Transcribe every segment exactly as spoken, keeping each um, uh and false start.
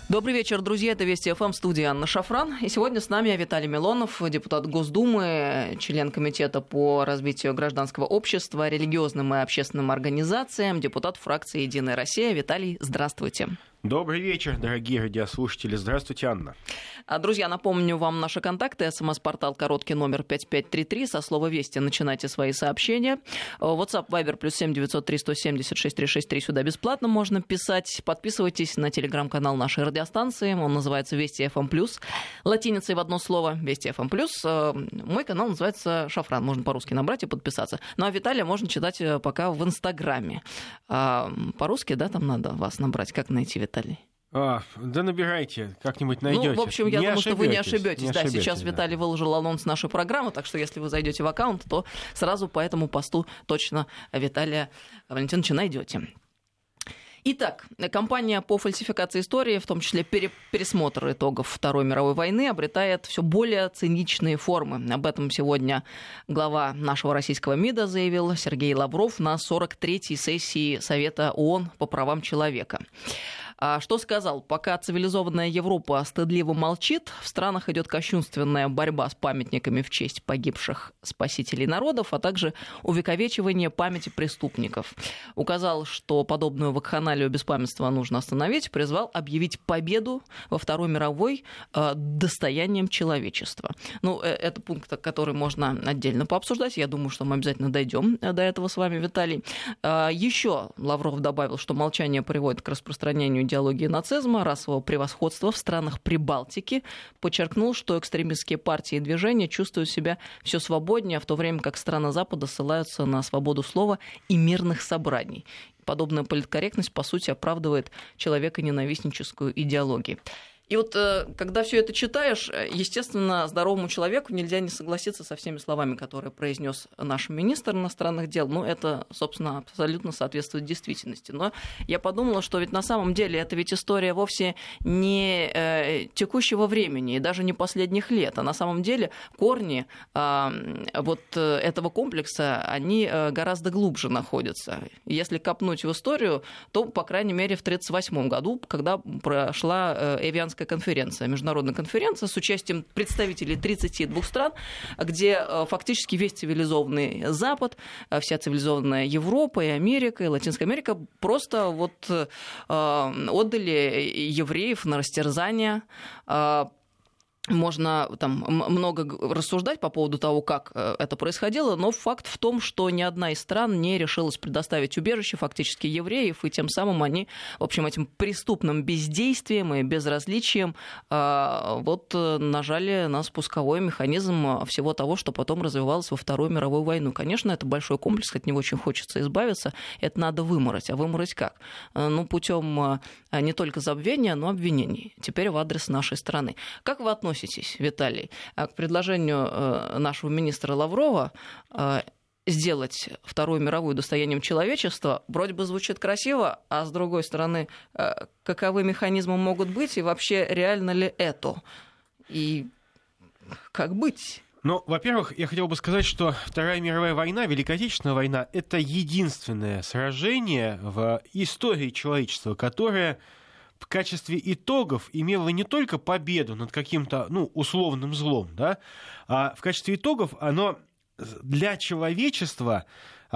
Добрый вечер, друзья. Это Вести ФМ, студия Анна Шафран. И сегодня с нами Виталий Милонов, депутат Госдумы, член комитета по развитию гражданского общества, религиозным и общественным организациям, депутат фракции «Единая Россия». Виталий, здравствуйте. Добрый вечер, дорогие радиослушатели. Здравствуйте, Анна. Друзья, напомню вам наши контакты. СМС-портал короткий номер пять пять три три. Со слова «Вести» начинайте свои сообщения. WhatsApp, Viber, плюс семь девятьсот три сто семьдесят шесть триста шестьдесят три. Сюда бесплатно можно писать. Подписывайтесь на телеграм-канал нашей радиостанции. Он называется «Вести ФМ плюс». Латиницей в одно слово «Вести ФМ плюс». Мой канал называется «Шафран». Можно по-русски набрать и подписаться. Ну а Виталия можно читать пока в Инстаграме. По-русски, да, там надо вас набрать. Как найти Виталия? А, да набирайте, как-нибудь найдете. Ну, в общем, я не думаю, что вы не ошибетесь. Не да, ошибетесь, сейчас да. Виталий выложил анонс нашей программы, так что если вы зайдете в аккаунт, то сразу по этому посту точно Виталия Валентиновича найдете. Итак, кампания по фальсификации истории, в том числе пересмотр итогов Второй мировой войны, обретает все более циничные формы. Об этом сегодня глава нашего российского МИДа заявил Сергей Лавров на сорок третьей сессии Совета ООН по правам человека. Что сказал? Пока цивилизованная Европа стыдливо молчит, в странах идет кощунственная борьба с памятниками в честь погибших спасителей народов, а также увековечивание памяти преступников. Указал, что подобную вакханалию беспамятства нужно остановить, призвал объявить победу во Второй мировой достоянием человечества. Ну, это пункт, который можно отдельно пообсуждать. Я думаю, что мы обязательно дойдем до этого с вами, Виталий. Еще Лавров добавил, что молчание приводит к распространению идеологии нацизма, расового превосходства в странах Прибалтики, подчеркнул, что экстремистские партии и движения чувствуют себя все свободнее, в то время как страны Запада ссылаются на свободу слова и мирных собраний. Подобная политкорректность, по сути, оправдывает человеконенавистническую идеологию. И вот когда все это читаешь, естественно, здоровому человеку нельзя не согласиться со всеми словами, которые произнес наш министр иностранных дел. Ну, это, собственно, абсолютно соответствует действительности. Но я подумала, что ведь на самом деле это ведь история вовсе не текущего времени и даже не последних лет, а на самом деле корни вот этого комплекса, они гораздо глубже находятся. Если копнуть в историю, то, по крайней мере, в тридцать восьмом году, когда прошла Эвианская конференция, международная конференция с участием представителей тридцати двух стран, где фактически весь цивилизованный Запад, вся цивилизованная Европа и Америка, и Латинская Америка просто вот отдали евреев на растерзание. Можно там много рассуждать по поводу того, как это происходило, но факт в том, что ни одна из стран не решилась предоставить убежище фактически евреев, и тем самым они, в общем, этим преступным бездействием и безразличием вот нажали на спусковой механизм всего того, что потом развивалось во Вторую мировую войну. Конечно, это большой комплекс, от него очень хочется избавиться, это надо вымороть. А вымороть как? Ну, путем не только забвения, но и обвинений. Теперь в адрес нашей страны. Как вы относитесь, Виталий, к предложению нашего министра Лаврова сделать Вторую мировую достоянием человечества? Вроде бы звучит красиво, а с другой стороны, каковы механизмы могут быть и вообще реально ли это? И как быть? Ну, во-первых, я хотел бы сказать, что Вторая мировая война, Великая Отечественная война, это единственное сражение в истории человечества, которое в качестве итогов имело не только победу над каким-то, ну, условным злом, да, а в качестве итогов оно для человечества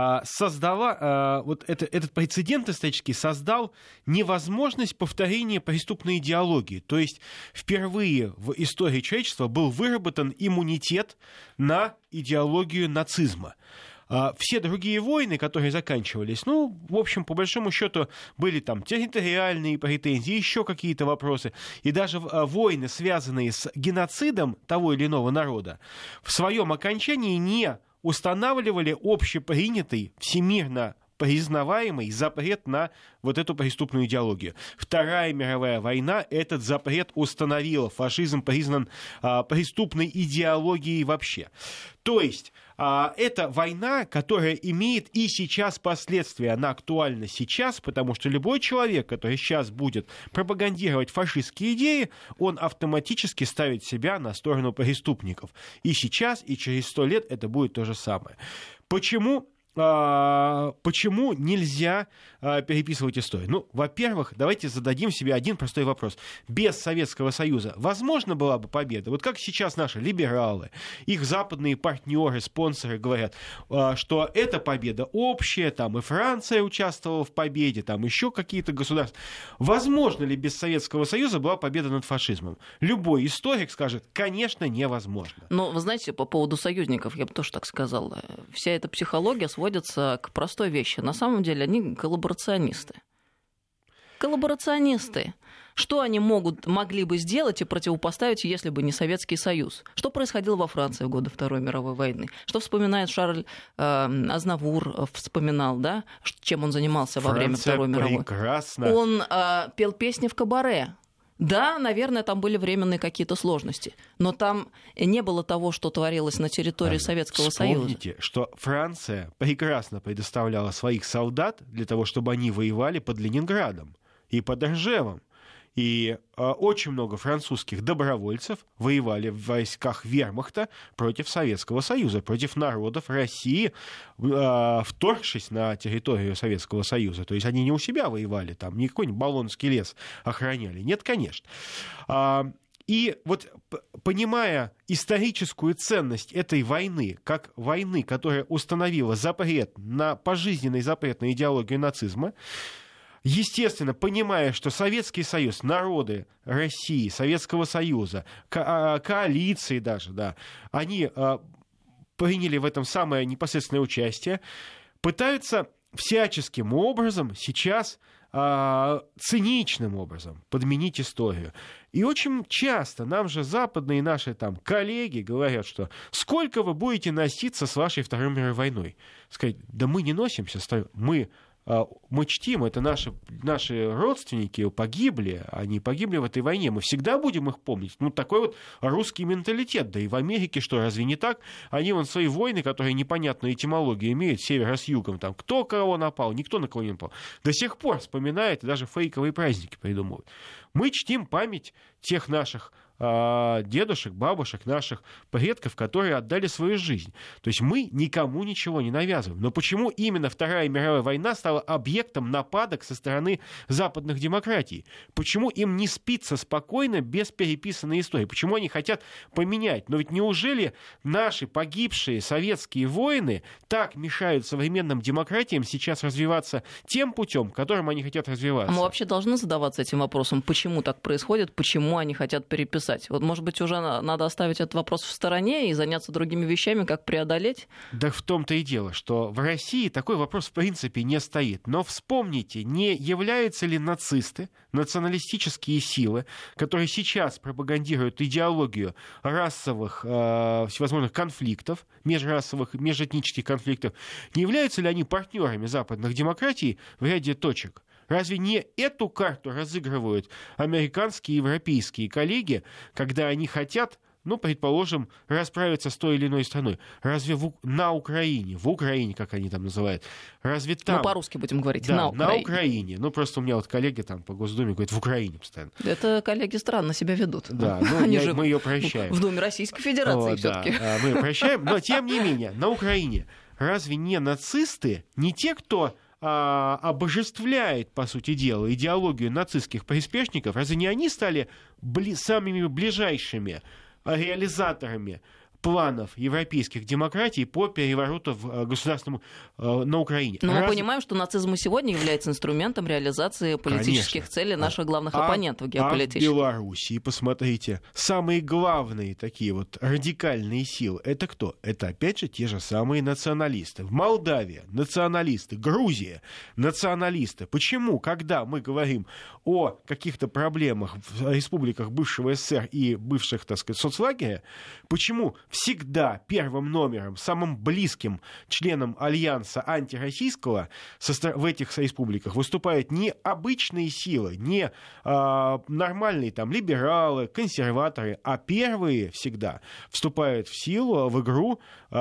создало, вот это, этот прецедент исторический создал невозможность повторения преступной идеологии. То есть впервые в истории человечества был выработан иммунитет на идеологию нацизма. Все другие войны, которые заканчивались, ну, в общем, по большому счету, были там территориальные претензии, еще какие-то вопросы. И даже войны, связанные с геноцидом того или иного народа, в своем окончании не устанавливали общепринятый, всемирно признаваемый запрет на вот эту преступную идеологию. Вторая мировая война этот запрет установила. Фашизм признан а, преступной идеологией вообще. То есть а, это война, которая имеет и сейчас последствия. Она актуальна сейчас, потому что любой человек, который сейчас будет пропагандировать фашистские идеи, он автоматически ставит себя на сторону преступников. И сейчас, и через сто лет это будет то же самое. Почему почему нельзя переписывать историю? Ну, во-первых, давайте зададим себе один простой вопрос. Без Советского Союза возможно была бы победа? Вот как сейчас наши либералы, их западные партнеры, спонсоры говорят, что эта победа общая, там и Франция участвовала в победе, там еще какие-то государства. Возможно ли без Советского Союза была победа над фашизмом? Любой историк скажет, конечно, невозможно. Но, вы знаете, по поводу союзников, я бы тоже так сказала, вся эта психология сводится к простой вещи. На самом деле они коллаборационисты. Коллаборационисты. Что они могут, могли бы сделать и противопоставить, если бы не Советский Союз? Что происходило во Франции в годы Второй мировой войны? Что вспоминает Шарль э, Азнавур, вспоминал, да, чем он занимался во Франция время Второй мировой? Прекрасно. Он э, пел песни в кабаре. Да, наверное, там были временные какие-то сложности, но там не было того, что творилось на территории а, Советского Союза. Вспомните, что Франция прекрасно предоставляла своих солдат для того, чтобы они воевали под Ленинградом и под Ржевом. И э, очень много французских добровольцев воевали в войсках вермахта против Советского Союза, против народов России, э, вторгшись на территорию Советского Союза. То есть они не у себя воевали, там не какой-нибудь Болонский лес охраняли. Нет, конечно. А, и вот, понимая историческую ценность этой войны, как войны, которая установила запрет на пожизненный запрет на идеологию нацизма, естественно, понимая, что Советский Союз, народы России, Советского Союза, ко- коалиции даже, да, они а, приняли в этом самое непосредственное участие, пытаются всяческим образом сейчас, а, циничным образом подменить историю. И очень часто нам же западные наши там коллеги говорят, что сколько вы будете носиться с вашей Второй мировой войной? Сказать, да мы не носимся, мы... Мы чтим, это наши, наши родственники погибли, они погибли в этой войне, мы всегда будем их помнить. Ну, такой вот русский менталитет. Да и в Америке, что, разве не так? Они вон свои войны, которые непонятную этимологию имеют, севера с югом, там, кто кого напал, никто на кого не напал, до сих пор вспоминают и даже фейковые праздники придумывают. Мы чтим память тех наших дедушек, бабушек, наших предков, которые отдали свою жизнь. То есть мы никому ничего не навязываем. Но почему именно Вторая мировая война стала объектом нападок со стороны западных демократий? Почему им не спится спокойно без переписанной истории? Почему они хотят поменять? Но ведь неужели наши погибшие советские воины так мешают современным демократиям сейчас развиваться тем путем, которым они хотят развиваться? А мы вообще должны задаваться этим вопросом, почему так происходит, почему они хотят переписать? Вот, может быть, уже надо оставить этот вопрос в стороне и заняться другими вещами, как преодолеть? Да в том-то и дело, что в России такой вопрос в принципе не стоит. Но вспомните, не являются ли нацисты, националистические силы, которые сейчас пропагандируют идеологию расовых э, всевозможных конфликтов, межрасовых, межэтнических конфликтов, не являются ли они партнерами западных демократий в ряде точек? Разве не эту карту разыгрывают американские и европейские коллеги, когда они хотят, ну, предположим, расправиться с той или иной страной? Разве в, на Украине, в Украине, как они там называют, разве там... Мы по-русски будем говорить, да, на Украине. на Украине. Ну, просто у меня вот коллеги там по Госдуме говорят, в Украине постоянно. Это коллеги странно себя ведут. Да, ну, они я, же мы ее прощаем. В Думе Российской Федерации О, все-таки. Да, мы ее прощаем, но тем не менее, на Украине разве не нацисты, не те, кто... обожествляет, по сути дела, идеологию нацистских приспешников, разве не они стали бли- самыми ближайшими реализаторами планов европейских демократий по перевороту в государственном э, на Украине? Но Раз... мы понимаем, что нацизм и сегодня является инструментом реализации политических Конечно. целей наших главных а, оппонентов геополитических. А в Белоруссии, посмотрите, самые главные такие вот радикальные силы, это кто? Это опять же те же самые националисты. В Молдавии националисты, Грузия националисты. Почему, когда мы говорим о каких-то проблемах в республиках бывшего СССР и бывших, так сказать, соцлагеря, почему всегда первым номером, самым близким членом альянса антироссийского в этих республиках выступают не обычные силы, не а, нормальные там либералы, консерваторы, а первые всегда вступают в силу, в игру а,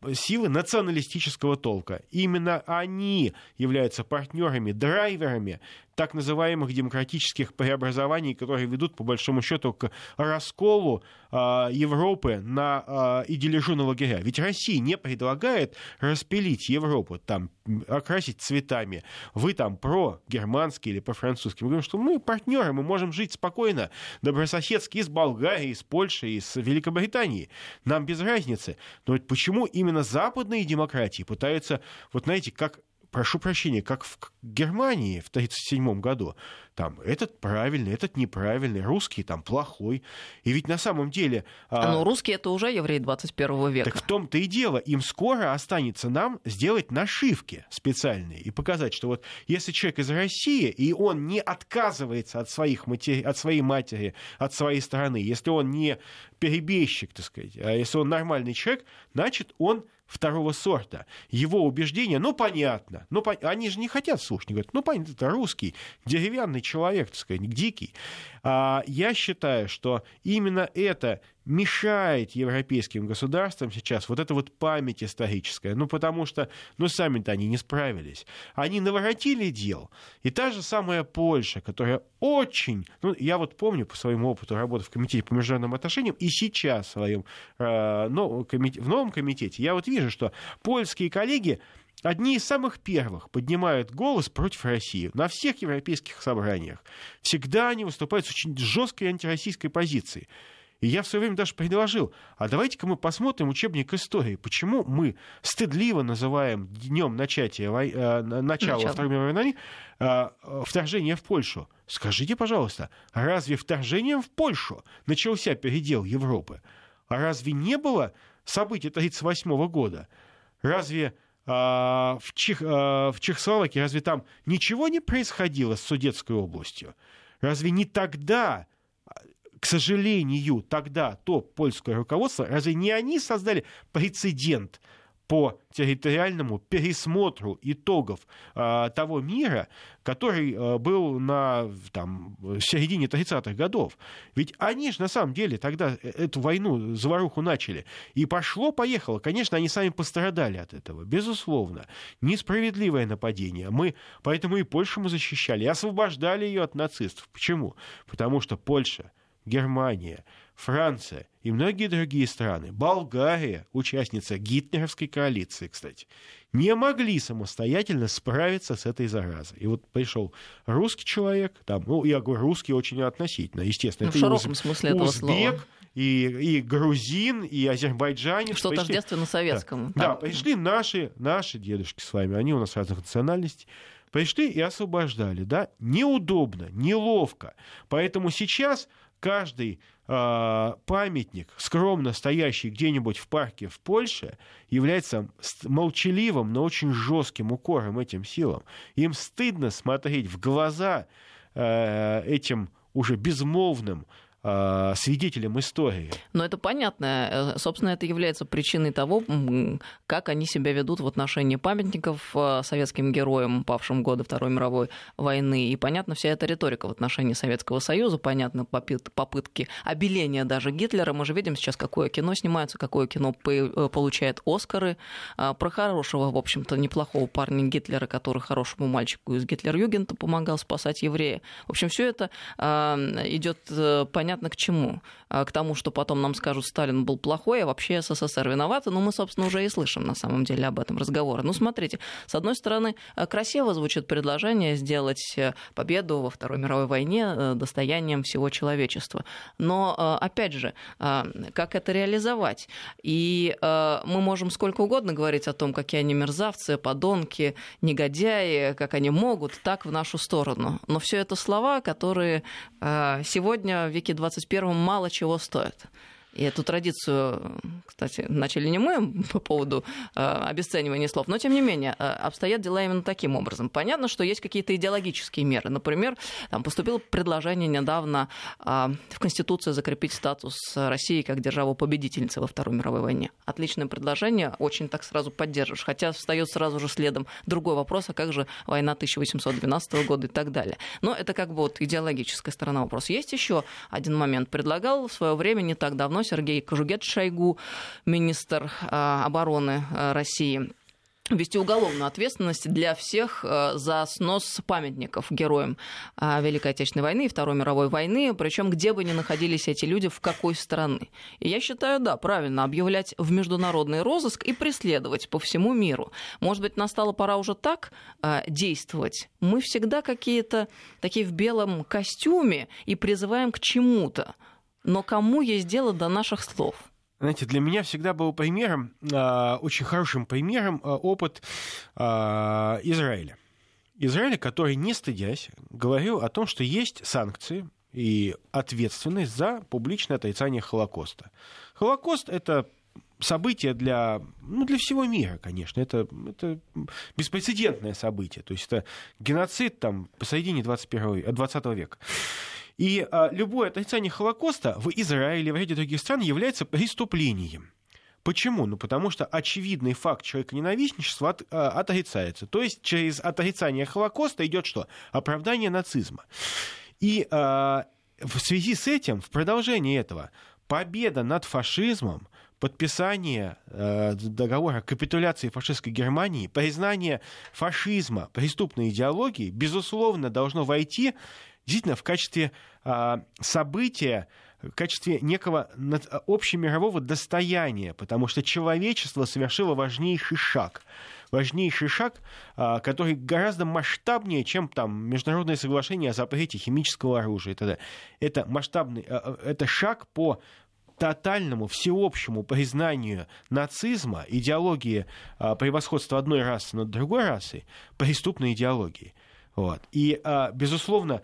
силы националистического толка. Именно они являются партнерами, драйверами так называемых демократических преобразований, которые ведут, по большому счету, к расколу э, Европы на, э, и дележу на лагеря. Ведь Россия не предлагает распилить Европу, там, окрасить цветами. Вы там про-германский или по-французски. Мы говорим, что мы партнеры, мы можем жить спокойно, добрососедски и с Болгарией, и с Польшей, и с Великобританией. Нам без разницы. Но вот почему именно западные демократии пытаются, вот знаете, как... Прошу прощения, как в Германии в тысяча девятьсот тридцать седьмом году. Там этот правильный, этот неправильный, русский там плохой. И ведь на самом деле... А, ну, русские — это уже евреи двадцать первого века. Так в том-то и дело. Им скоро останется нам сделать нашивки специальные и показать, что вот если человек из России, и он не отказывается от, своих матери... от своей матери, от своей страны, если он не перебежчик, так сказать, а если он нормальный человек, значит, он второго сорта. Его убеждения, ну, понятно. Ну, по... Они же не хотят слушать. Они говорят, ну, понятно, это русский, деревянный человек, так сказать, дикий. А я считаю, что именно это мешает европейским государствам сейчас, вот эта вот память историческая. Ну, потому что, ну, сами-то они не справились. Они наворотили дел. И та же самая Польша, которая очень... Ну, я вот помню по своему опыту работы в комитете по международным отношениям, и сейчас в своем э, новом комитете, в новом комитете я вот вижу, что польские коллеги одни из самых первых поднимают голос против России на всех европейских собраниях. Всегда они выступают с очень жесткой антироссийской позицией. И я в свое время даже предложил, а давайте-ка мы посмотрим учебник истории, почему мы стыдливо называем днем начатия, э, начала Начало. Второй мировой войны э, вторжение в Польшу. Скажите, пожалуйста, разве вторжением в Польшу начался передел Европы? А разве не было событий тысяча девятьсот тридцать восьмого года? Разве э, в, Чех, э, в Чехословакии, разве там ничего не происходило с Судетской областью? Разве не тогда... К сожалению, тогда то польское руководство, разве не они создали прецедент по территориальному пересмотру итогов э, того мира, который э, был на там, в середине тридцатых годов? Ведь они же на самом деле тогда эту войну, заваруху начали. И пошло-поехало. Конечно, они сами пострадали от этого, безусловно. Несправедливое нападение. Мы, поэтому и Польшу мы защищали, и освобождали ее от нацистов. Почему? Потому что Польша, Германия, Франция и многие другие страны, Болгария, участница гитлеровской коалиции, кстати, не могли самостоятельно справиться с этой заразой. И вот пришел русский человек, там, ну, я говорю, русский очень относительно, естественно. Ну, это в широком уз... смысле этого узбек, слова. И, и грузин, и азербайджанец. Что пришли... тождественно советскому. Да, да, пришли наши, наши дедушки с вами, они у нас разных национальностей. Пришли и освобождали, да? Неудобно, неловко. Поэтому сейчас каждый э, памятник, скромно стоящий где-нибудь в парке в Польше, является молчаливым, но очень жестким укором этим силам. Им стыдно смотреть в глаза э, этим уже безмолвным свидетелем истории. Но это понятно. Собственно, это является причиной того, как они себя ведут в отношении памятников советским героям, павшим в годы Второй мировой войны. И понятна вся эта риторика в отношении Советского Союза, понятны попытки обеления даже Гитлера. Мы же видим сейчас, какое кино снимается, какое кино получает Оскары. Про хорошего, в общем-то, неплохого парня Гитлера, который хорошему мальчику из Гитлер-Югента помогал спасать еврея. В общем, все это идет понятно к чему. К тому, что потом нам скажут, Сталин был плохой, а вообще СССР виноват. Но мы, собственно, уже и слышим, на самом деле, об этом разговоры. Ну, смотрите, с одной стороны, красиво звучит предложение сделать победу во Второй мировой войне достоянием всего человечества. Но, опять же, как это реализовать? И мы можем сколько угодно говорить о том, какие они мерзавцы, подонки, негодяи, как они могут, так в нашу сторону. Но все это слова, которые сегодня, в веке двадцать первом, мало чего стоят. И эту традицию, кстати, начали не мы по поводу э, обесценивания слов, но, тем не менее, э, обстоят дела именно таким образом. Понятно, что есть какие-то идеологические меры. Например, там поступило предложение недавно э, в Конституции закрепить статус России как державы-победительницы во Второй мировой войне. Отличное предложение, очень так сразу поддерживаешь. Хотя встает сразу же следом другой вопрос, а как же война тысяча восемьсот двенадцатого года и так далее. Но это как бы вот идеологическая сторона вопроса. Есть еще один момент. Предлагал в свое время, не так давно, запрещено. Сергей Кожугетович Шойгу, министр обороны России, ввести уголовную ответственность для всех за снос памятников героям Великой Отечественной войны и Второй мировой войны, причем где бы ни находились эти люди, в какой стране. И я считаю, да, правильно объявлять в международный розыск и преследовать по всему миру. Может быть, настала пора уже так действовать. Мы всегда какие-то такие в белом костюме и призываем к чему-то. Но кому есть дело до наших слов? Знаете, для меня всегда был примером, очень хорошим примером опыт Израиля. Израиля, который, не стыдясь, говорил о том, что есть санкции и ответственность за публичное отрицание Холокоста. Холокост — это событие для, ну, для всего мира, конечно. Это, это беспрецедентное событие. То есть это геноцид там, посередине двадцатого века. И а, любое отрицание Холокоста в Израиле, в ряде других стран является преступлением. Почему? Ну, потому что очевидный факт человеконенавистничества от, а, отрицается. То есть через отрицание Холокоста идет что? Оправдание нацизма. И а, в связи с этим, в продолжении этого, победа над фашизмом, подписание э, договора о капитуляции фашистской Германии, признание фашизма преступной идеологией, безусловно, должно войти действительно в качестве э, события, в качестве некого общемирового достояния, потому что человечество совершило важнейший шаг. Важнейший шаг, э, который гораздо масштабнее, чем там, международное соглашение о запрете химического оружия. Это, это масштабный, э, это шаг по тотальному, всеобщему признанию нацизма, идеологии э, превосходства одной расы над другой расой, преступной идеологией. Вот. И, безусловно,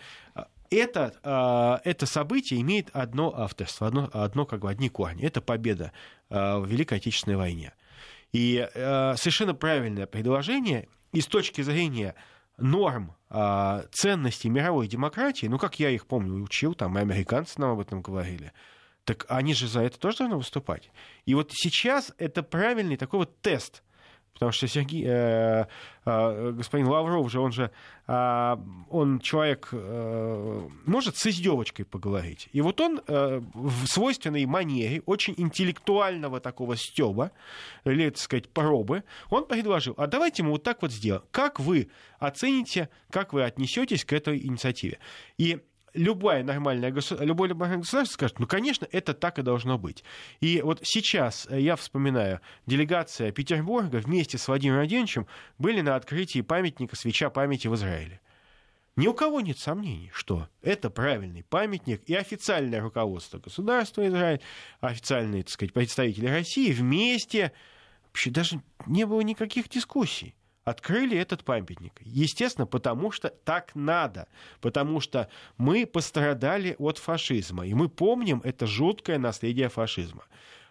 это, это событие имеет одно авторство, одно, одно, как бы, одни корни. Это победа в Великой Отечественной войне. И совершенно правильное предложение и с точки зрения норм, ценностей мировой демократии, ну, как я их помню, учил, там и американцы нам об этом говорили, так они же за это тоже должны выступать. И вот сейчас это правильный такой вот тест. Потому что Сергей, э, э, господин Лавров же, он же, э, он человек, э, может с издевочкой поговорить. И вот он э, в свойственной манере, очень интеллектуального такого стёба, или, так сказать, пробы, он предложил, а давайте мы вот так вот сделаем. Как вы оцените, как вы отнесетесь к этой инициативе? И Любое нормальное, любое нормальное государство скажет, ну, конечно, это так и должно быть. И вот сейчас я вспоминаю, делегация Петербурга вместе с Владимиром Владимировичем были на открытии памятника «Свеча памяти» в Израиле. Ни у кого нет сомнений, что это правильный памятник, и официальное руководство государства Израиля, официальные, так сказать, представители России вместе, вообще даже не было никаких дискуссий. Открыли этот памятник. Естественно, потому что так надо. Потому что мы пострадали от фашизма. И мы помним это жуткое наследие фашизма.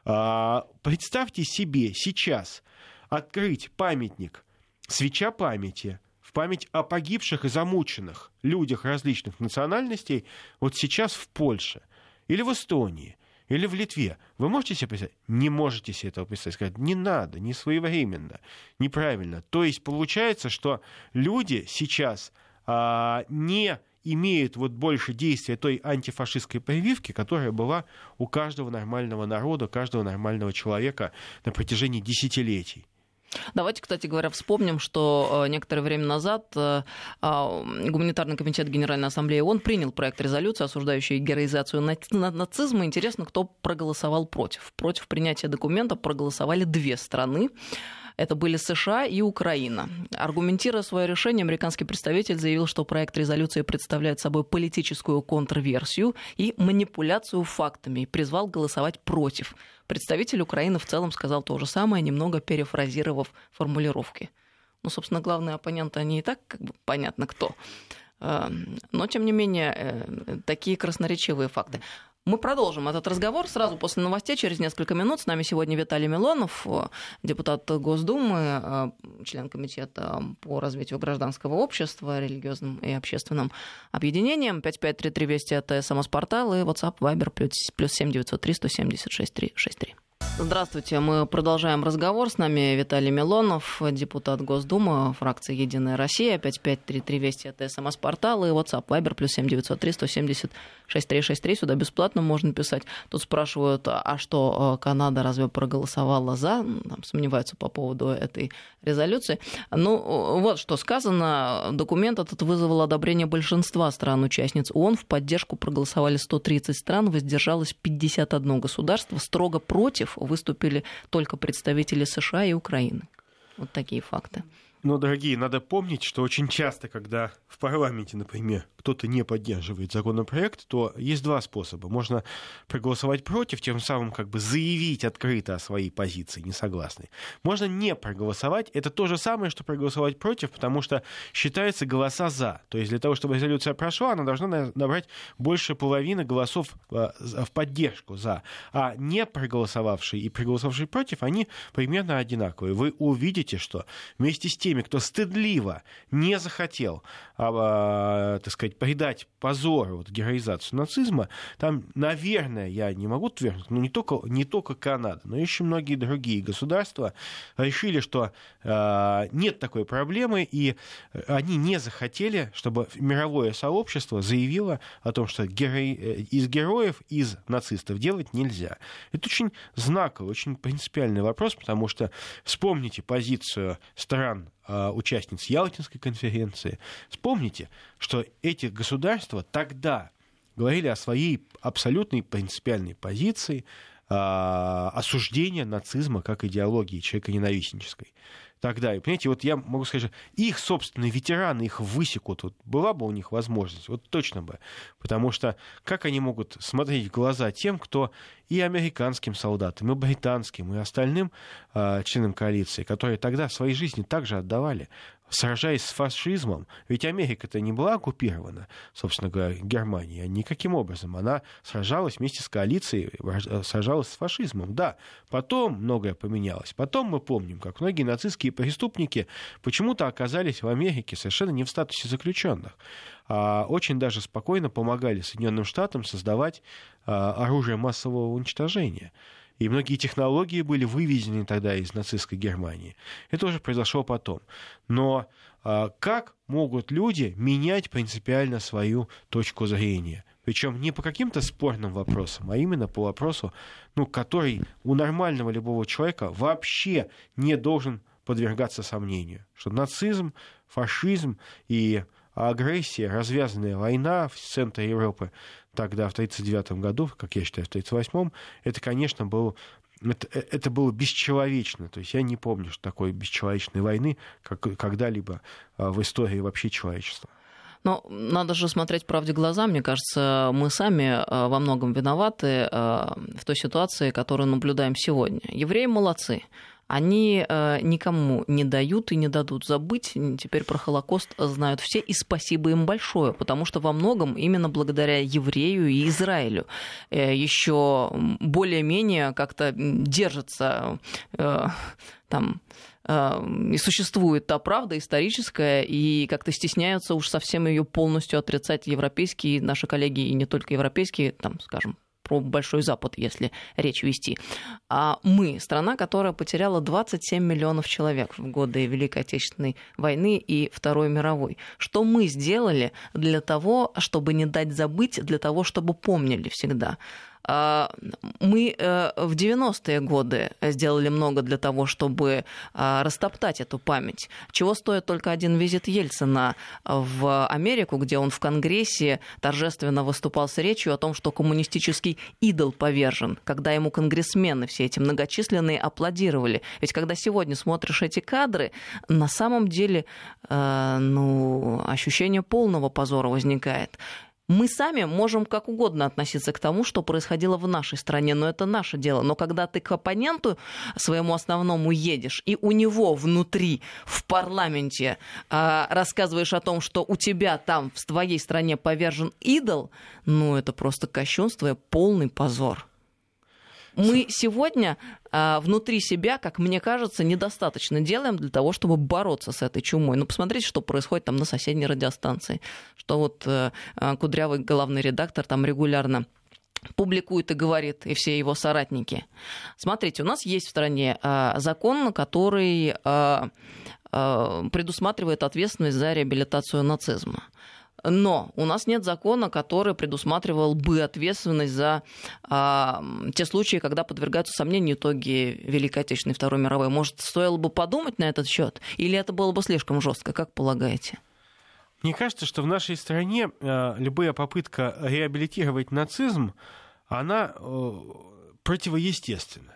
А, представьте себе сейчас открыть памятник «Свеча памяти» в память о погибших и замученных людях различных национальностей вот сейчас в Польше или в Эстонии. Или в Литве. Вы можете себе представить? Не можете себе этого представить. Сказать, не надо, не своевременно, неправильно. То есть получается, что люди сейчас а, не имеют вот больше действия той антифашистской прививки, которая была у каждого нормального народа, каждого нормального человека на протяжении десятилетий. Давайте, кстати говоря, вспомним, что некоторое время назад Гуманитарный комитет Генеральной Ассамблеи ООН принял проект резолюции, осуждающий героизацию нацизма. Интересно, кто проголосовал против. Против принятия документа проголосовали две страны. Это были США и Украина. Аргументируя свое решение, американский представитель заявил, что проект резолюции представляет собой политическую контрверсию и манипуляцию фактами, и призвал голосовать против. Представитель Украины в целом сказал то же самое, немного перефразировав формулировки. Ну, собственно, главные оппоненты, они и так как бы понятно кто. Но, тем не менее, такие красноречивые факты. Мы продолжим этот разговор сразу после новостей, через несколько минут. С нами сегодня Виталий Милонов, депутат Госдумы, член комитета по развитию гражданского общества, религиозным и общественным объединением. пять пять три три Вести — это СМС-портал и WhatsApp, Viber, плюс семь девятьсот три сто семьдесят шесть триста шестьдесят три. Здравствуйте. Мы продолжаем разговор. С нами Виталий Милонов, депутат Госдумы, фракция «Единая Россия». пять пять три три Вести — это СМС-портал. И WhatsApp, Viber, плюс семь девятьсот три сто семьдесят шесть триста шестьдесят три. Сюда бесплатно можно писать. Тут спрашивают, а что, Канада разве проголосовала за? Там сомневаются по поводу этой резолюции. Ну, вот что сказано. Документ этот вызвал одобрение большинства стран-участниц ООН. В поддержку проголосовали сто тридцать стран, воздержалось пятьдесят одно государство. Строго против выступили только представители США и Украины. Вот такие факты. Но, дорогие, надо помнить, что очень часто, когда в парламенте, например, кто-то не поддерживает законопроект, то есть два способа. Можно проголосовать против, тем самым как бы заявить открыто о своей позиции, не согласной. Можно не проголосовать. Это то же самое, что проголосовать против, потому что считаются голоса «за». То есть для того, чтобы резолюция прошла, она должна набрать больше половины голосов в поддержку «за». А не проголосовавшие и проголосовавшие против, они примерно одинаковые. Вы увидите, что вместе с теми, кто стыдливо не захотел, а, так сказать, придать позору, вот, героизацию нацизма, там, наверное, я не могу утверждать, но не только, не только Канада, но еще многие другие государства решили, что а, нет такой проблемы, и они не захотели, чтобы мировое сообщество заявило о том, что герои, из героев, из нацистов делать нельзя. Это очень знаковый, очень принципиальный вопрос, потому что вспомните позицию стран, участниц Ялтинской конференции. Вспомните, что эти государства тогда говорили о своей абсолютной принципиальной позиции осуждения нацизма как идеологии человеконенавистнической. Тогда, и понимаете, вот я могу сказать, что их собственные ветераны их высекут, вот была бы у них возможность, вот точно бы, потому что как они могут смотреть в глаза тем, кто и американским солдатам, и британским, и остальным э, членам коалиции, которые тогда свои жизни также отдавали, сражаясь с фашизмом. Ведь Америка-то не была оккупирована, собственно говоря, Германией никаким образом. Она сражалась вместе с коалицией, сражалась с фашизмом. Да, потом многое поменялось. Потом мы помним, как многие нацистские преступники почему-то оказались в Америке совершенно не в статусе заключенных, а очень даже спокойно помогали Соединенным Штатам создавать а, оружие массового уничтожения. И многие технологии были вывезены тогда из нацистской Германии. Это уже произошло потом. Но а, как могут люди менять принципиально свою точку зрения? Причем не по каким-то спорным вопросам, а именно по вопросу, ну, который у нормального любого человека вообще не должен подвергаться сомнению. Что нацизм, фашизм и агрессия, развязанная война в центре Европы тогда, в тридцать девятом году, как я считаю, в тридцать восьмом, это, конечно, было, это, это было бесчеловечно. То есть я не помню, что такой бесчеловечной войны как, когда-либо в истории вообще человечества. Но надо же смотреть правде в глаза. Мне кажется, мы сами во многом виноваты в той ситуации, которую наблюдаем сегодня. Евреи молодцы. Они э, никому не дают и не дадут забыть. Теперь про Холокост знают все, и спасибо им большое, потому что во многом именно благодаря еврею и Израилю э, еще более-менее как-то держится э, там... и существует та правда историческая, и как-то стесняются уж совсем ее полностью отрицать европейские наши коллеги, и не только европейские, там, скажем, про Большой Запад, если речь вести. А мы, страна, которая потеряла двадцать семь миллионов человек в годы Великой Отечественной войны и Второй мировой. Что мы сделали для того, чтобы не дать забыть, для того, чтобы помнили всегда? Мы в девяностые годы сделали много для того, чтобы растоптать эту память. Чего стоит только один визит Ельцина в Америку, где он в Конгрессе торжественно выступал с речью о том, что коммунистический идол повержен, когда ему конгрессмены все эти многочисленные аплодировали. Ведь когда сегодня смотришь эти кадры, на самом деле ну, ощущение полного позора возникает. Мы сами можем как угодно относиться к тому, что происходило в нашей стране, но это наше дело. Но когда ты к оппоненту своему основному едешь, и у него внутри, в парламенте, рассказываешь о том, что у тебя там, в твоей стране повержен идол, ну это просто кощунство и полный позор. Мы сегодня а, внутри себя, как мне кажется, недостаточно делаем для того, чтобы бороться с этой чумой. Ну, посмотрите, что происходит там на соседней радиостанции. Что вот а, кудрявый главный редактор там регулярно публикует и говорит, и все его соратники. Смотрите, у нас есть в стране э, закон, который э, э, предусматривает ответственность за реабилитацию нацизма. Но у нас нет закона, который предусматривал бы ответственность за а, те случаи, когда подвергаются сомнению итоги Великой Отечественной и Второй мировой. Может, стоило бы подумать на этот счет? Или это было бы слишком жестко? Как полагаете? Мне кажется, что в нашей стране э, любая попытка реабилитировать нацизм, она э, противоестественна.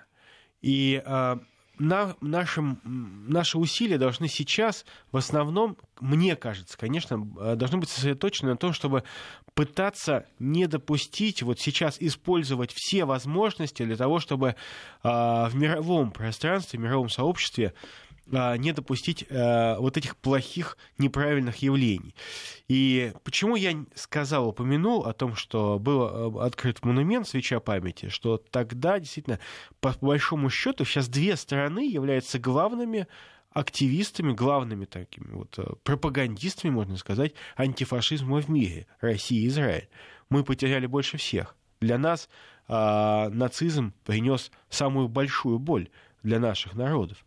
И э, на, нашим, наши усилия должны сейчас, в основном, мне кажется, конечно, должны быть сосредоточены на том, чтобы пытаться не допустить вот сейчас использовать все возможности для того, чтобы э, в мировом пространстве, в мировом сообществе не допустить э, вот этих плохих, неправильных явлений. И почему я сказал, упомянул о том, что был открыт монумент «Свеча памяти», что тогда, действительно, по большому счету, сейчас две стороны являются главными активистами, главными такими вот пропагандистами, можно сказать, антифашизма в мире, Россия и Израиль. Мы потеряли больше всех. Для нас э, нацизм принес самую большую боль для наших народов.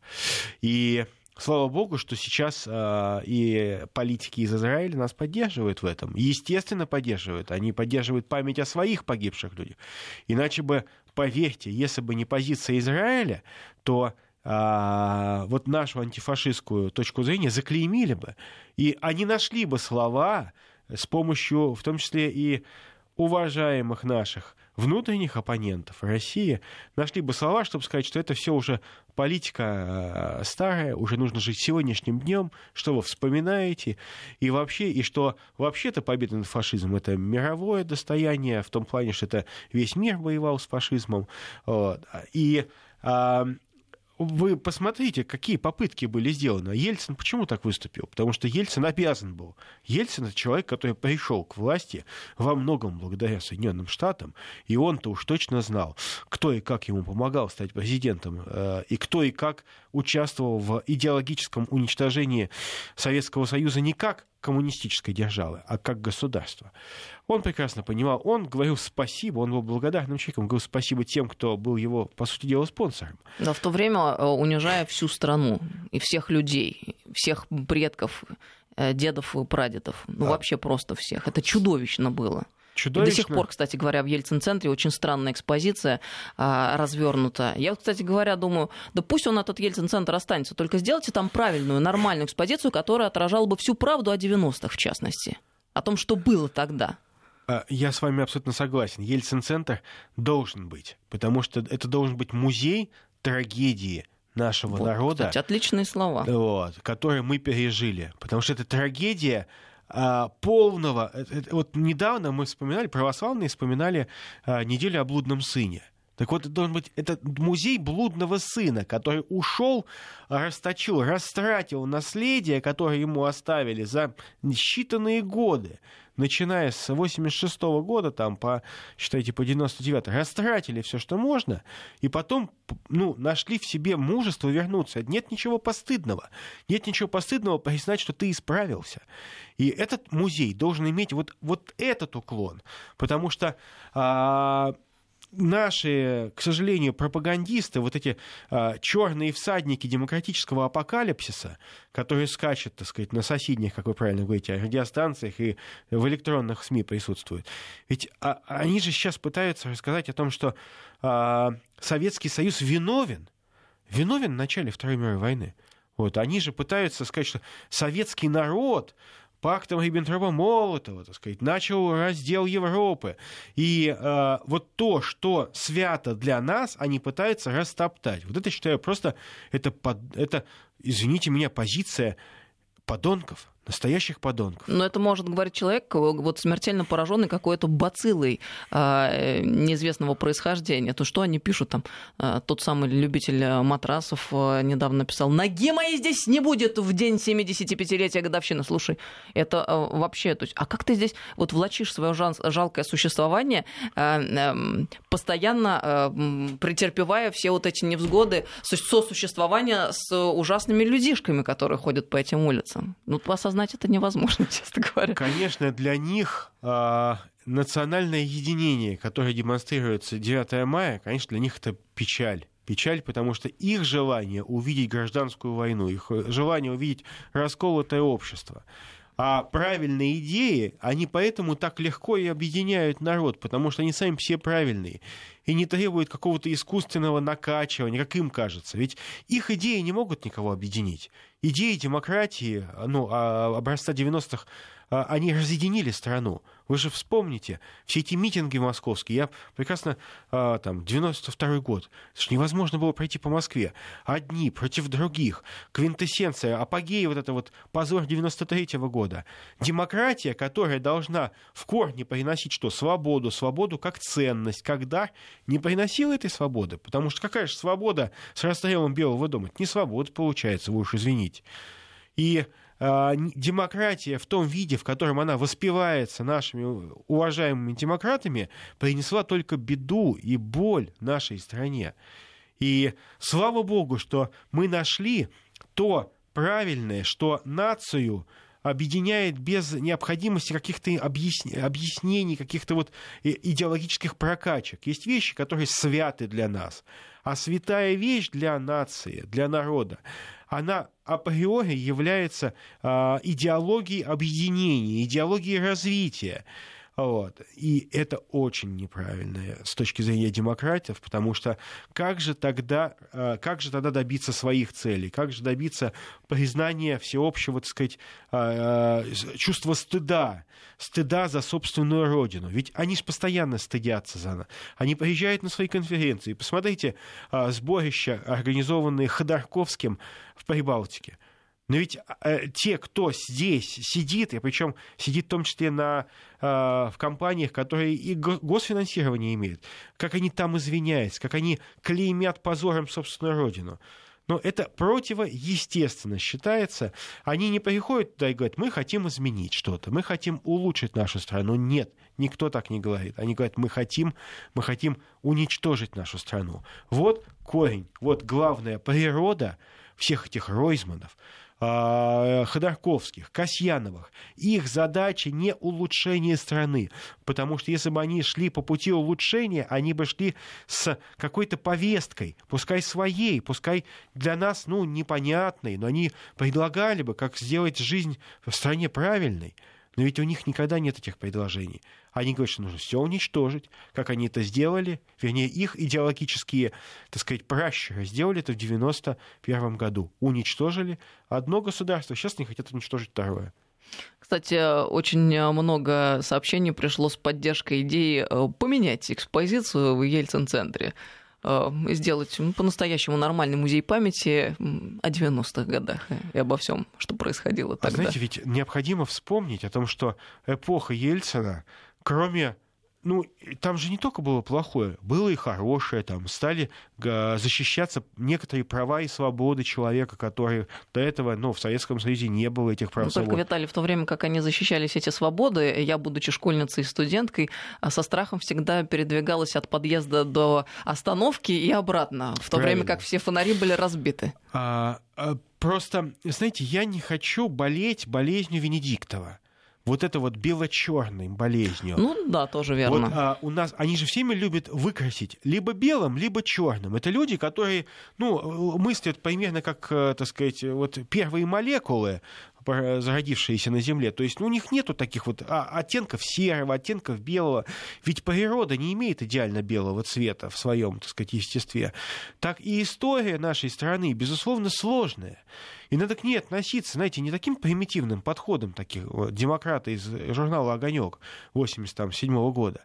И слава богу, что сейчас э, и политики из Израиля нас поддерживают в этом. Естественно, поддерживают. Они поддерживают память о своих погибших людях. Иначе бы, поверьте, если бы не позиция Израиля, то э, вот нашу антифашистскую точку зрения заклеймили бы. И они нашли бы слова с помощью, в том числе и уважаемых наших внутренних оппонентов России, нашли бы слова, чтобы сказать, что это все уже политика старая, уже нужно жить сегодняшним днем, что вы вспоминаете, и вообще, и что вообще-то победа над фашизмом — это мировое достояние, в том плане, что это весь мир воевал с фашизмом. Вот. И а, вы посмотрите, какие попытки были сделаны. Ельцин почему так выступил? Потому что Ельцин обязан был. Ельцин — это человек, который пришел к власти во многом благодаря Соединенным Штатам, и он-то уж точно знал, кто и как ему помогал стать президентом, и кто и как участвовал в идеологическом уничтожении Советского Союза не как коммунистической державы, а как государства. Он прекрасно понимал, он говорил спасибо, он был благодарным человеком, говорил спасибо тем, кто был его, по сути дела, спонсором. Но в то время унижая всю страну и всех людей, всех предков, дедов и прадедов, ну а. вообще просто всех. Это чудовищно было. Чудовищно. И до сих пор, кстати говоря, в Ельцин-центре очень странная экспозиция а, развернута. Я, кстати говоря, думаю, да пусть он, этот Ельцин-центр, останется, только сделайте там правильную, нормальную экспозицию, которая отражала бы всю правду о девяностых, в частности, о том, что было тогда. Я с вами абсолютно согласен. Ельцин-центр должен быть, потому что это должен быть музей трагедии нашего вот, народа. Кстати, отличные слова. Вот, которые мы пережили. Потому что это трагедия полного... Вот недавно мы вспоминали, православные вспоминали неделю о блудном сыне. Так вот, это должен быть это музей блудного сына, который ушел, расточил, растратил наследие, которое ему оставили за считанные годы, начиная с восемьдесят шестого года, там, по, считайте, по девяносто девятый, растратили все, что можно, и потом ну, нашли в себе мужество вернуться. Нет ничего постыдного. Нет ничего постыдного признать, что ты исправился. И этот музей должен иметь вот, вот этот уклон, потому что... А, наши, к сожалению, пропагандисты, вот эти а, черные всадники демократического апокалипсиса, которые скачут, так сказать, на соседних, как вы правильно говорите, радиостанциях и в электронных СМИ присутствуют, ведь а, они же сейчас пытаются рассказать о том, что а, Советский Союз виновен, виновен в начале Второй мировой войны. Вот, они же пытаются сказать, что советский народ пактом Риббентропа-Молотова, так сказать, начал раздел Европы. И э, вот то, что свято для нас, они пытаются растоптать. Вот это, считаю, просто, это, под, это извините меня, позиция подонков. Настоящих подонков. Но это может говорить человек, вот смертельно пораженный какой-то бациллой э, неизвестного происхождения. То, что они пишут там, э, тот самый любитель матрасов э, недавно написал: «Ноги моей здесь не будет в день семидесятипятилетия годовщины». Слушай, это э, вообще... То есть, а как ты здесь вот влачишь свое жал, жалкое существование, э, э, постоянно э, претерпевая все вот эти невзгоды сосуществования с ужасными людишками, которые ходят по этим улицам? Ну, осознать это невозможно, честно говоря. Конечно, для них э, национальное единение, которое демонстрируется девятого мая, конечно, для них это печаль. Печаль, потому что их желание увидеть гражданскую войну, их желание увидеть расколотое общество. А правильные идеи, они поэтому так легко и объединяют народ, потому что они сами все правильные и не требуют какого-то искусственного накачивания, как им кажется. Ведь их идеи не могут никого объединить. Идеи демократии, ну, образца девяностых, они разъединили страну. Вы же вспомните, все эти митинги московские, я прекрасно, там, девяносто второй год, это же невозможно было пройти по Москве. Одни против других, квинтэссенция, апогей, вот это вот позор девяносто третьего года. Демократия, которая должна в корне приносить что? Свободу, свободу как ценность, как дар, не приносила этой свободы. Потому что какая же свобода с расстрелом Белого дома? Это не свобода получается, вы уж извините. И демократия в том виде, в котором она воспевается нашими уважаемыми демократами, принесла только беду и боль нашей стране. И слава богу, что мы нашли то правильное, что нацию объединяет без необходимости каких-то объяснений, каких-то вот идеологических прокачек. Есть вещи, которые святы для нас. А святая вещь для нации, для народа, она априори является э, идеологией объединения, идеологией развития. Вот. И это очень неправильно с точки зрения демократов, потому что как же тогда, э, как же тогда добиться своих целей, как же добиться признания всеобщего, так сказать, э, чувства стыда, стыда за собственную родину. Ведь они же постоянно стыдятся за нас. Они приезжают на свои конференции. Посмотрите э, сборища, организованные Ходорковским в Прибалтике. Но ведь э, те, кто здесь сидит, и причем сидит в том числе на, э, в компаниях, которые и госфинансирование имеют, как они там извиняются, как они клеймят позором собственную родину. Но это противоестественно считается. Они не приходят туда и говорят, мы хотим изменить что-то, мы хотим улучшить нашу страну. Нет, никто так не говорит. Они говорят, мы хотим, мы хотим уничтожить нашу страну. Вот корень, вот главная природа всех этих Ройзманов, Ходорковских, Касьяновых. Их задача не улучшение страны, потому что если бы они шли по пути улучшения, они бы шли с какой-то повесткой, пускай своей, пускай для нас, ну, непонятной, но они предлагали бы, как сделать жизнь в стране правильной. Но ведь у них никогда нет этих предложений. Они говорят, что нужно все уничтожить. Как они это сделали? Вернее, их идеологические, так сказать, пращуры сделали это в девяносто первом году. Уничтожили одно государство, сейчас они хотят уничтожить второе. Кстати, очень много сообщений пришло с поддержкой идеи поменять экспозицию в Ельцин-центре. Сделать по-настоящему нормальный музей памяти о девяностых годах и обо всем, что происходило тогда. А знаете, ведь необходимо вспомнить о том, что эпоха Ельцина, кроме... Ну, там же не только было плохое, было и хорошее. Там стали защищаться некоторые права и свободы человека, которые до этого, ну, в Советском Союзе не было этих прав и свобод. Только, Виталий, в то время, как они защищались, эти свободы, я, будучи школьницей и студенткой, со страхом всегда передвигалась от подъезда до остановки и обратно, в то Правильно. время как все фонари были разбиты. А, а, просто, знаете, я не хочу болеть болезнью Венедиктова. Вот это вот бело-черной болезнью. Ну да, тоже верно. Вот, а, у нас, они же всеми любят выкрасить либо белым, либо черным. Это люди, которые, ну, мыслят примерно как, так сказать, вот первые молекулы, зародившиеся на Земле. То есть ну, у них нету таких вот оттенков серого, оттенков белого. Ведь природа не имеет идеально белого цвета в своем, так сказать, естестве. Так и история нашей страны, безусловно, сложная. И надо к ней относиться, знаете, не таким примитивным подходом таких вот, демократа из журнала «Огонёк» восемьдесят седьмого года,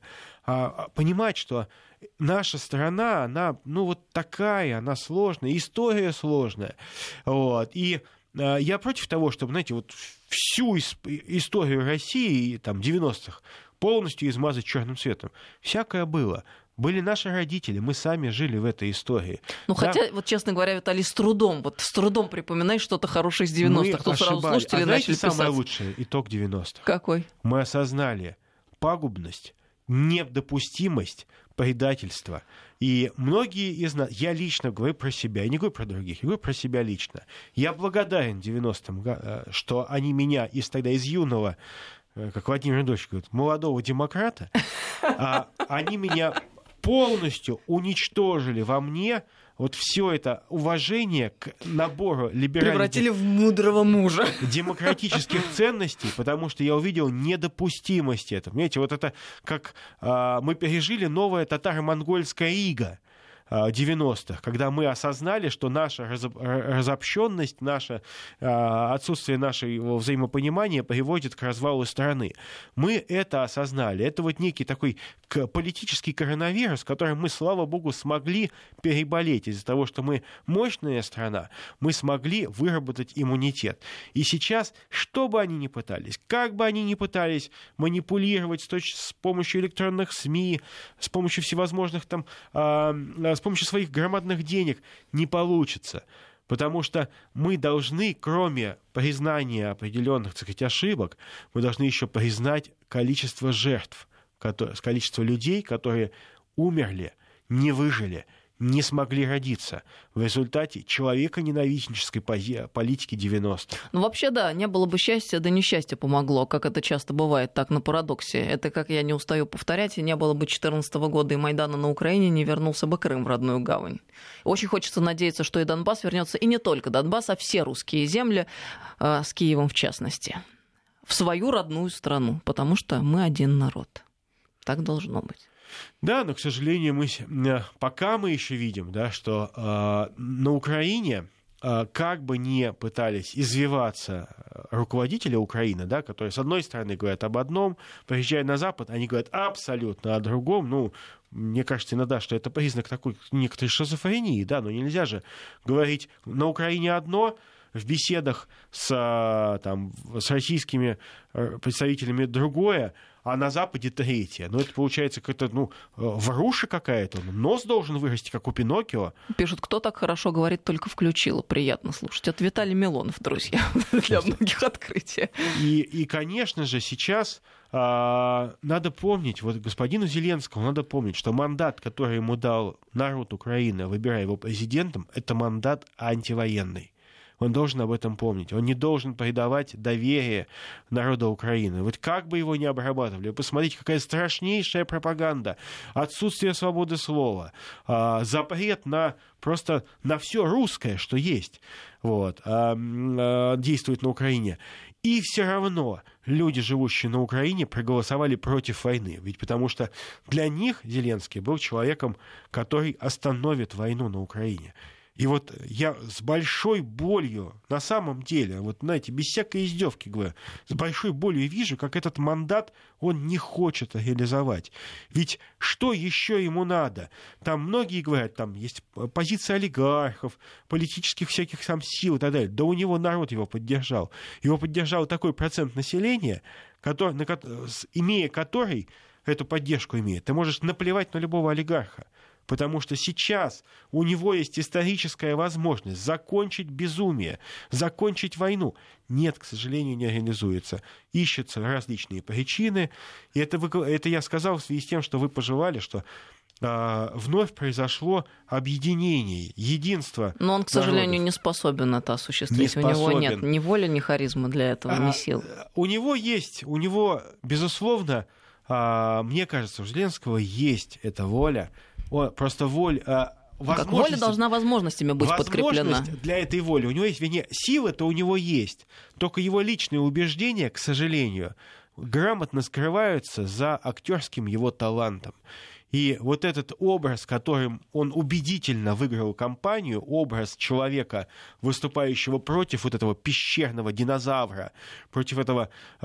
а понимать, что наша страна, она, ну, вот такая, она сложная, история сложная. Вот. И я против того, чтобы, знаете, вот всю историю России, там, девяностых полностью измазать черным цветом. Всякое было. Были наши родители, мы сами жили в этой истории. Ну, да. Хотя, вот, честно говоря, Виталий, с трудом, вот с трудом припоминаешь что-то хорошее из девяностых. Тут сразу слушатели а начали знаете, самый писать. лучший итог девяностых? Какой? Мы осознали пагубность, недопустимость предательства. И многие из нас, я лично говорю про себя, я не говорю про других, я говорю про себя лично. Я благодарен девяностым, что они меня из тогда из юного как Владимир Дочь говорит, молодого демократа, а, они меня полностью уничтожили во мне вот все это уважение к набору либеральных... Превратили в мудрого мужа. Демократических ценностей, потому что я увидел недопустимость этого. Понимаете, вот это как а, мы пережили новое татаро-монгольское иго девяностых, когда мы осознали, что наша разобщенность, наше отсутствие нашего взаимопонимания приводит к развалу страны. Мы это осознали. Это вот некий такой политический коронавирус, который мы, слава богу, смогли переболеть. Из-за того, что мы мощная страна, мы смогли выработать иммунитет. И сейчас, что бы они ни пытались, как бы они ни пытались манипулировать с, точ- с помощью электронных СМИ, с помощью всевозможных там с помощью своих громадных денег, не получится. Потому что мы должны, кроме признания определенных, так сказать, ошибок, мы должны еще признать количество жертв, количество людей, которые умерли, не выжили, не смогли родиться в результате человеконенавистнической политики девяностых. Ну, вообще, да, не было бы счастья, да несчастье помогло, как это часто бывает, так на парадоксе. Это, как я не устаю повторять, и не было бы две тысячи четырнадцатого года и Майдана на Украине, не вернулся бы Крым в родную гавань. Очень хочется надеяться, что и Донбасс вернется, и не только Донбасс, а все русские земли, э, с Киевом в частности, в свою родную страну, потому что мы один народ. Так должно быть. Да, но, к сожалению, мы, пока мы еще видим, да, что э, на Украине, э, как бы ни пытались извиваться руководители Украины, да, которые, с одной стороны, говорят об одном, приезжая на Запад, они говорят абсолютно о другом. Ну, мне кажется иногда, что это признак такой некоторой шизофрении, да, но нельзя же говорить на Украине одно, в беседах с, там, с российскими представителями другое, а на Западе третье. Ну, это получается какая-то, ну, вруша какая-то. Нос должен вырасти, как у Пиноккио. Пишут, кто так хорошо говорит, только включила. Приятно слушать. Это Виталий Милонов, друзья, для многих открытия. И, и, конечно же, сейчас а, надо помнить, вот господину Зеленскому надо помнить, что мандат, который ему дал народ Украины, выбирая его президентом, это мандат антивоенный. Он должен об этом помнить. Он не должен предавать доверие народа Украины. Вот как бы его ни обрабатывали, посмотрите, какая страшнейшая пропаганда, отсутствие свободы слова, запрет на просто на все русское, что есть, вот, действует на Украине. И все равно люди, живущие на Украине, проголосовали против войны. Ведь потому что для них Зеленский был человеком, который остановит войну на Украине. И вот я с большой болью, на самом деле, вот знаете, без всякой издевки говорю, с большой болью вижу, как этот мандат он не хочет реализовать. Ведь что еще ему надо? Там многие говорят, там есть позиция олигархов, политических всяких там сил и так далее. Да у него народ его поддержал. Его поддержал такой процент населения, который, на, имея который эту поддержку имеет. Ты можешь наплевать на любого олигарха. Потому что сейчас у него есть историческая возможность закончить безумие, закончить войну. Нет, к сожалению, не реализуется. Ищутся различные причины. И это, вы, это я сказал в связи с тем, что вы пожелали, что э, вновь произошло объединение, единство. Но он, к сожалению, народов. Не способен это осуществить. Не способен. У него нет ни воли, ни харизмы для этого, а, ни сил. У него есть, у него, безусловно, э, мне кажется, у Зеленского есть эта воля. О, просто воля, как воля должна возможностями быть подкреплена. Для этой воли. У него есть, вернее, сила-то у него есть. Только его личные убеждения, к сожалению, грамотно скрываются за актерским его талантом. И вот этот образ, которым он убедительно выиграл кампанию, образ человека, выступающего против вот этого пещерного динозавра, против этого э,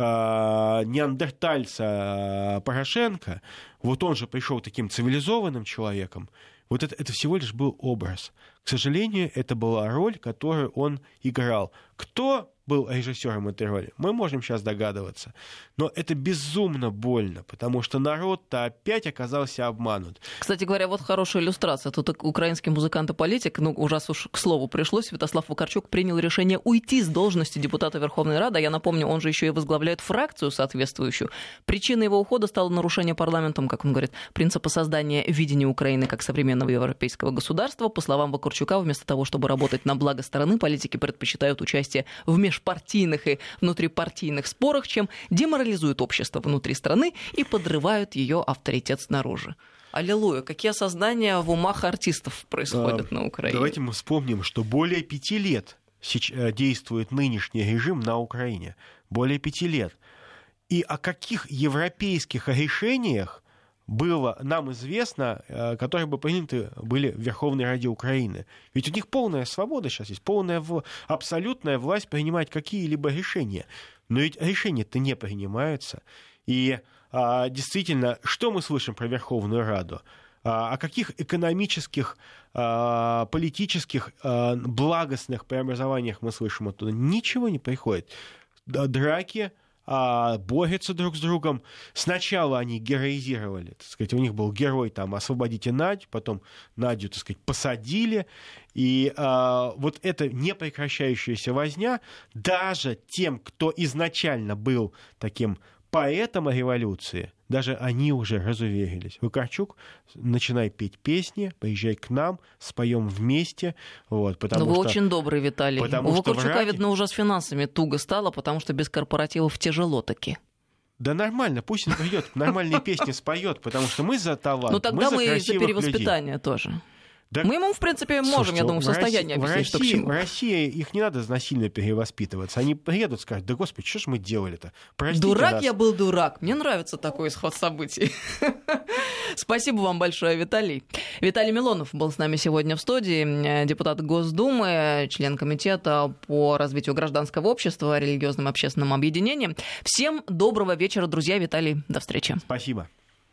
неандертальца Порошенко, вот он же пришел таким цивилизованным человеком, вот это, это всего лишь был образ. К сожалению, это была роль, которую он играл. Кто был режиссером этой роли, мы можем сейчас догадываться. Но это безумно больно, потому что народ-то опять оказался обманут. Кстати говоря, вот хорошая иллюстрация. Тут украинский музыкант и политик, ну, ужас уж к слову пришлось, Святослав Вакарчук принял решение уйти с должности депутата Верховной Рады. Я напомню, он же еще и возглавляет фракцию соответствующую. Причиной его ухода стало нарушение парламентом как он говорит, принципа создания видения Украины как современного европейского государства. По словам Вакарчука, вместо того, чтобы работать на благо страны, политики предпочитают участие в межпартийных и внутрипартийных спорах, чем деморализуют общество внутри страны и подрывают ее авторитет снаружи. Аллилуйя, какие осознания в умах артистов происходят а, на Украине. Давайте мы вспомним, что более пяти лет действует нынешний режим на Украине. Более пяти лет. И о каких европейских решениях было нам известно, которые бы приняты были в Верховной Раде Украины. Ведь у них полная свобода сейчас есть, полная, абсолютная власть принимать какие-либо решения. Но ведь решения-то не принимаются. И а, действительно, что мы слышим про Верховную Раду? А, о каких экономических, а, политических, а, благостных преобразованиях мы слышим оттуда? Ничего не приходит. Драки, а, борются друг с другом. Сначала они героизировали, так сказать, у них был герой там «Освободите Надю», потом Надю, так сказать, посадили. И а, вот эта непрекращающаяся возня даже тем, кто изначально был таким поэтом революции, даже они уже разуверились. Вакарчук, начинай петь песни, приезжай к нам, споем вместе. Вот, потому Но вы что, очень добрый, Виталий. У Вакарчука, враги... видно, уже с финансами туго стало, потому что без корпоративов тяжело таки. Да нормально, пусть он придет, нормальные песни споет, потому что мы за талант, ну тогда мы за мы за перевоспитание людей. Тоже. Да, мы ему, в принципе, можем, слушайте, я думаю, в состоянии в объяснить, России, что к чему. В России их не надо насильно перевоспитываться. Они приедут и скажут: да господи, что ж мы делали-то? Простите дурак нас. Я был дурак. Мне нравится такой исход событий. Спасибо вам большое, Виталий. Виталий Милонов был с нами сегодня в студии, депутат Госдумы, член комитета по развитию гражданского общества, религиозным общественным объединениям. Всем доброго вечера, друзья. Виталий, до встречи. Спасибо.